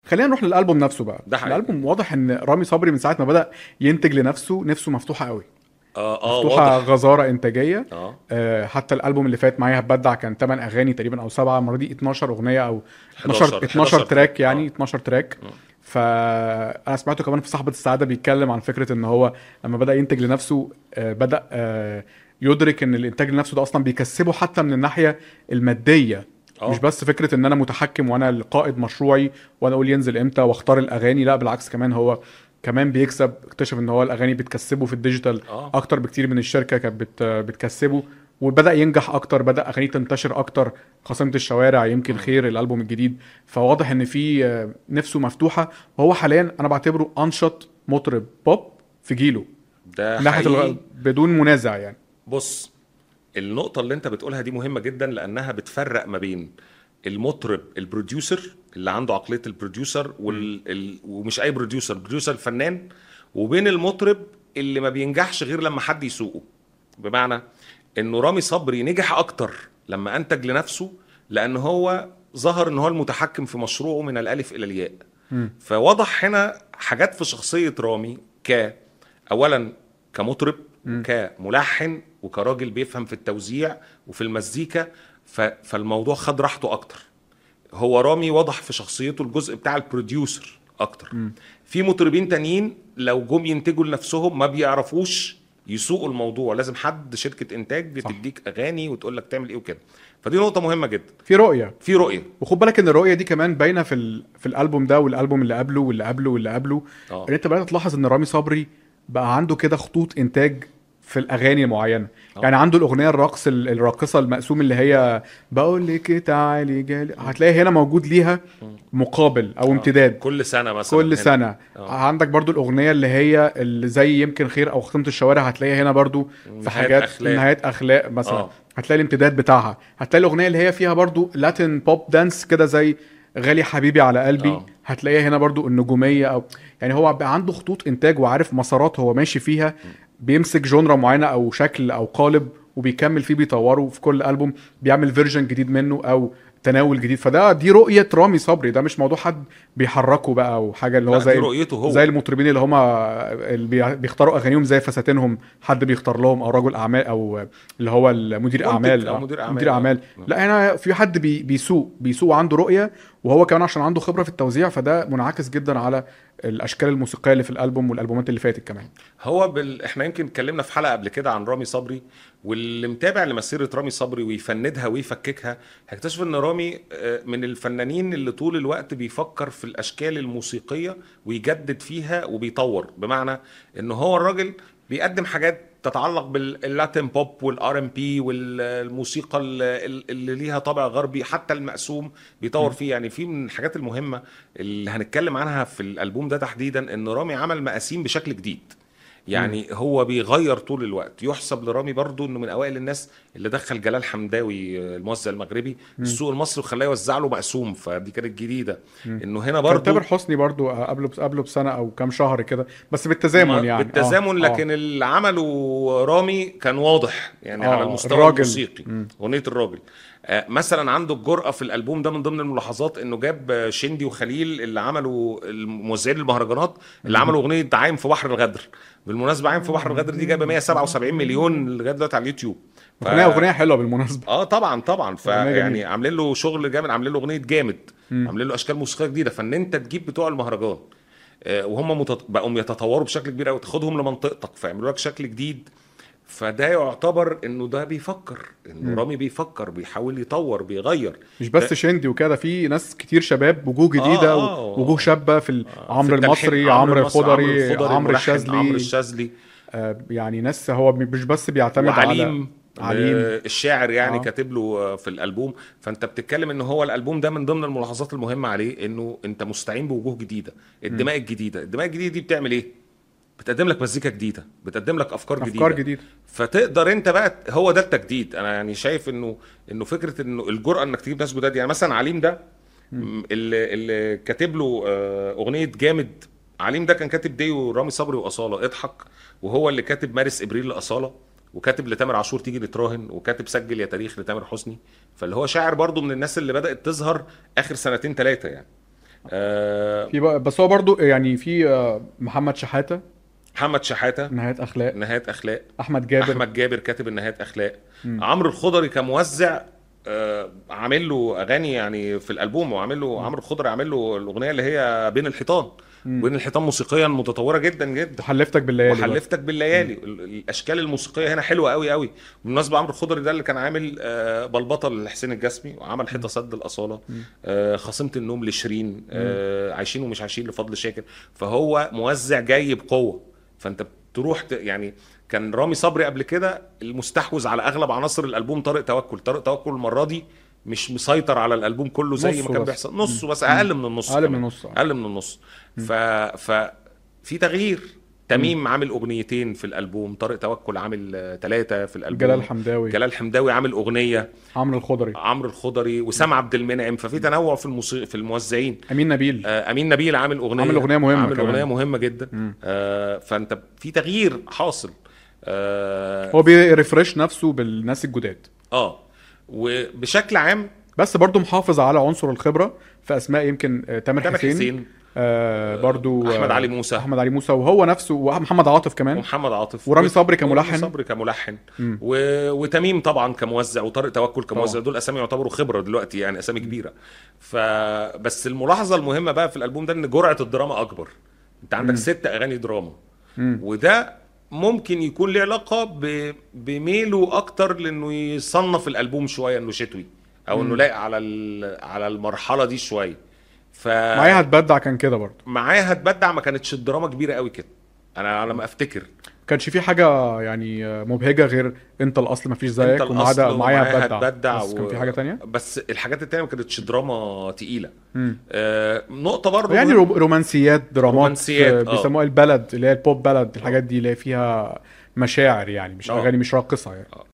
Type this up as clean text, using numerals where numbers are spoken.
خلينا نروح للالبوم نفسه بقى. ده حقيقي. الالبوم واضح ان رامي صبري من ساعه ما بدا ينتج لنفسه نفسه مفتوحه قوي، مفتوحه واضح. غزاره انتاجيه. اه حتى الالبوم اللي فات معايا هبدع كان 8 اغاني تقريبا او 7، المره دي 12 اغنيه او 12 تراك يعني 12 تراك. فانا سمعته كمان في صاحبة السعاده بيتكلم عن فكره ان هو لما بدا ينتج لنفسه بدا يدرك ان الانتاج لنفسه ده اصلا بيكسبه حتى من الناحيه الماديه. مش بس فكره ان انا متحكم وانا القائد مشروعي وانا اقول ينزل امتى واختار الاغاني، لا بالعكس، كمان هو كمان بيكسب. اكتشف ان هو الاغاني بتكسبه في الديجيتال اكتر بكتير من الشركه كانت بتكسبه، وبدا ينجح اكتر، بدا اغانيه تنتشر اكتر. خاصمة الشوارع، يمكن خير، الالبوم الجديد. فواضح ان في نفسه مفتوحه، وهو حاليا انا بعتبره انشط مطرب بوب في جيله ده من ناحيه بدون منازع يعني. بص، النقطة اللي انت بتقولها دي مهمة جدا، لانها بتفرق ما بين المطرب البروديوسر اللي عنده عقلية البروديوسر ومش اي بروديوسر الفنان، وبين المطرب اللي ما بينجحش غير لما حد يسوقه. بمعنى انه رامي صبري نجح اكتر لما انتج لنفسه، لان هو ظهر ان هو المتحكم في مشروعه من الالف الى الياء. فوضح هنا حاجات في شخصية رامي اولا كمطرب وكملحن وكراجل بيفهم في التوزيع وفي المزيكا. فالموضوع خد راحته اكتر. هو رامي وضح في شخصيته الجزء بتاع البروديوسر اكتر. في مطربين تانيين لو جم ينتجوا لنفسهم ما بيعرفوش يسوقوا الموضوع، لازم حد شركة انتاج تديك اغاني وتقول لك تعمل ايه وكده. فدي نقطة مهمة جدا، في رؤية. وخد بالك ان الرؤية دي كمان باينة في الالبوم ده والالبوم اللي قبله واللي قبله واللي قبله. ان انت بقيت تلاحظ ان رامي صبري بقى عنده كده خطوط انتاج في الاغاني المعينه. يعني عنده الاغنيه الراقصه المقسوم اللي هي بقول لك تعالي جالي، هتلاقي هنا موجود ليها مقابل او امتداد كل سنه مثلا. كل سنه عندك برضو الاغنيه اللي زي يمكن خير او خصمة الشوارع، هتلاقيها هنا برضو في حاجات نهايات اخلاق مثلا. هتلاقي الامتداد بتاعها. هتلاقي الاغنيه اللي هي فيها برضو لاتين بوب دانس كده زي غالي حبيبي على قلبي. هتلاقيها هنا برضو النجوميه او يعني هو بقى عنده خطوط انتاج وعارف مسارات هو ماشي فيها. بيمسك جونرا معينه او شكل او قالب وبيكمل فيه، بيطوره في كل ألبوم، بيعمل فيرجن جديد منه او تناول جديد. دي رؤيه رامي صبري، ده مش موضوع حد بيحركه بقى او حاجه اللي هو زي رؤيته هو. زي المطربين اللي هم اللي بيختاروا اغانيهم زي فساتينهم، حد بيختار لهم، او رجل اعمال، او اللي هو المدير اعمال مدير اعمال. لا، هنا في حد بيسوق وعنده رؤيه، وهو كمان عشان عنده خبره في التوزيع، فده منعكس جدا على الاشكال الموسيقيه اللي في الالبوم والالبومات اللي فاتت كمان. هو احنا يمكن اتكلمنا في حلقه قبل كده عن رامي صبري، واللي متابع لمسيره رامي صبري ويفندها ويفككها هيكتشف ان رامي من الفنانين اللي طول الوقت بيفكر في الاشكال الموسيقيه ويجدد فيها وبيطور. بمعنى ان هو الراجل بيقدم حاجات تتعلق باللاتين بوب والار ام بي والموسيقى اللي ليها طابع غربي، حتى المقسوم بيطور فيه. يعني في من الحاجات المهمه اللي هنتكلم عنها في الالبوم ده تحديدا ان رامي عمل مقاسيم بشكل جديد. يعني هو بيغير طول الوقت. يحسب لرامي برضو انه من اوائل الناس اللي دخل جلال حمداوي الموزع المغربي السوق المصري وخلاه يوزع له مقسوم، فدي كانت جديده. انه هنا برضو تامر حسني برضو قبله بسنه او كام شهر كده، بس بالتزامن يعني بالتزامن. لكن اللي عمله رامي كان واضح يعني على المستوى الموسيقي. اغنيه الراجل مثلا عنده الجرأة في الألبوم ده. من ضمن الملاحظات انه جاب شندي وخليل اللي عملوا الموزعين المهرجانات اللي عملوا اغنيه عايم في بحر الغدر. بالمناسبه عايم في بحر الغدر دي جايبه 177 مليون لغايه دلوقتي على اليوتيوب. اغنيه حلوه بالمناسبه. طبعا يعني عاملين له شغل جامد، عاملين له اغنيه جامد، عاملين له اشكال موسيقيه جديده. فان انت تجيب بتوع المهرجان وهم بقوا يتطوروا بشكل كبير قوي، تاخدهم لمنطقتك فيعملوا لك شكل جديد. فده يعتبر انه ده بيفكر، انه رامي بيفكر، بيحاول يطور، بيغير. مش بس شندي وكده، في ناس كتير شباب، وجوه جديده وجوه شابه في عمرو المصري، عمرو الخضري، عمرو الشاذلي. يعني ناس هو مش بس بيعتمد على عليم الشاعر يعني كاتب له في الالبوم. فانت بتتكلم ان هو الالبوم ده من ضمن الملاحظات المهمه عليه انه انت مستعين بوجوه جديده. الدماء الجديده دي بتعمل ايه؟ بتقدم لك مزيكا جديده، بتقدم لك افكار جديده. فتقدر انت بقى، هو ده التجديد. انا يعني شايف انه فكره انه الجرأه انك تجيب ناس جداد. يعني مثلا عليم ده اللي كاتب له اغنيه جامد. عليم ده كان كاتب ديو رامي صبري واصاله اضحك، وهو اللي كاتب مارس ابريل لاصاله، وكاتب لتامر عاشور تيجي نتراهن، وكاتب سجل يا تاريخ لتامر حسني. فاللي هو شاعر برضو من الناس اللي بدأت تظهر اخر سنتين ثلاثه يعني. بس هو برضو يعني في محمد شحاتة، محمد شحاتة نهاية أخلاق. نهاية أخلاق. أحمد جابر. أحمد جابر كاتب النهاية أخلاق. عمرو الخضري كموزع عامل له أغاني يعني في الألبوم، وعامل له عمرو الخضري عامل له الأغنية اللي هي بين الحيطان. بين الحيطان موسيقيا متطورة جدا جدا. وحلفتك بالليالي. وحلفتك بالليالي. الأشكال الموسيقية هنا حلوة قوي قوي. بالمناسبة عمرو الخضري ده اللي كان عامل بلبطة لحسين الجسمي، وعمل حيطة سد الأصالة، خصيمة النوم لشيرين، عايشين ومش عايشين لفضل شاكر. فهو موزع جاي بقوة. فأنت تروح يعني كان رامي صبري قبل كده المستحوذ على اغلب عناصر الالبوم. طارق توكل المره دي مش مسيطر على الالبوم كله زي ما كان بيحصل، نصه بس، اقل من النص، اقل من النص. في تغيير. تميم عامل اغنيتين في الالبوم، طارق توكل عامل 3 في الالبوم، جلال حمداوي عامل اغنيه، عمرو الخضري وسام عبد المنعم. ففي تنوع في الموزعين. امين نبيل عامل اغنيه مهمه جدا. فانت في تغيير حاصل. هو بيرفرش نفسه بالناس الجداد. وبشكل عام بس برضو محافظ على عنصر الخبرة في اسماء، يمكن تامر حسين برضو احمد علي موسى وهو نفسه، ومحمد عاطف كمان، ورامي صبري كملحن، وتميم طبعا كموزع، وطارق توكل كموزع. دول اسامي يعتبروا خبرة دلوقتي، يعني اسامي كبيرة. فبس الملاحظة المهمة بقى في الالبوم ده ان جرعة الدراما اكبر. انت عندك 6 اغاني دراما، وده ممكن يكون له علاقة بميله اكتر لانه يصنف الالبوم شوية انه شتوي، او انه لاقي على المرحلة دي شوية. معايا هتبدع كان كده برضه. معايا هتبدع ما كانتش الدراما كبيرة قوي كده، انا على ما افتكر كانش في حاجة يعني مبهجة غير انت الاصل ما فيش زيك، ومعايا هتبدع بس كان في حاجة تانية. بس الحاجات التانية ما كانتش دراما تقيلة. نقطة برضه يعني رومانسيات بيسموها البلد، اللي هي البوب بلد، الحاجات دي اللي فيها مشاعر، يعني مش اغاني مش راقصة يعني.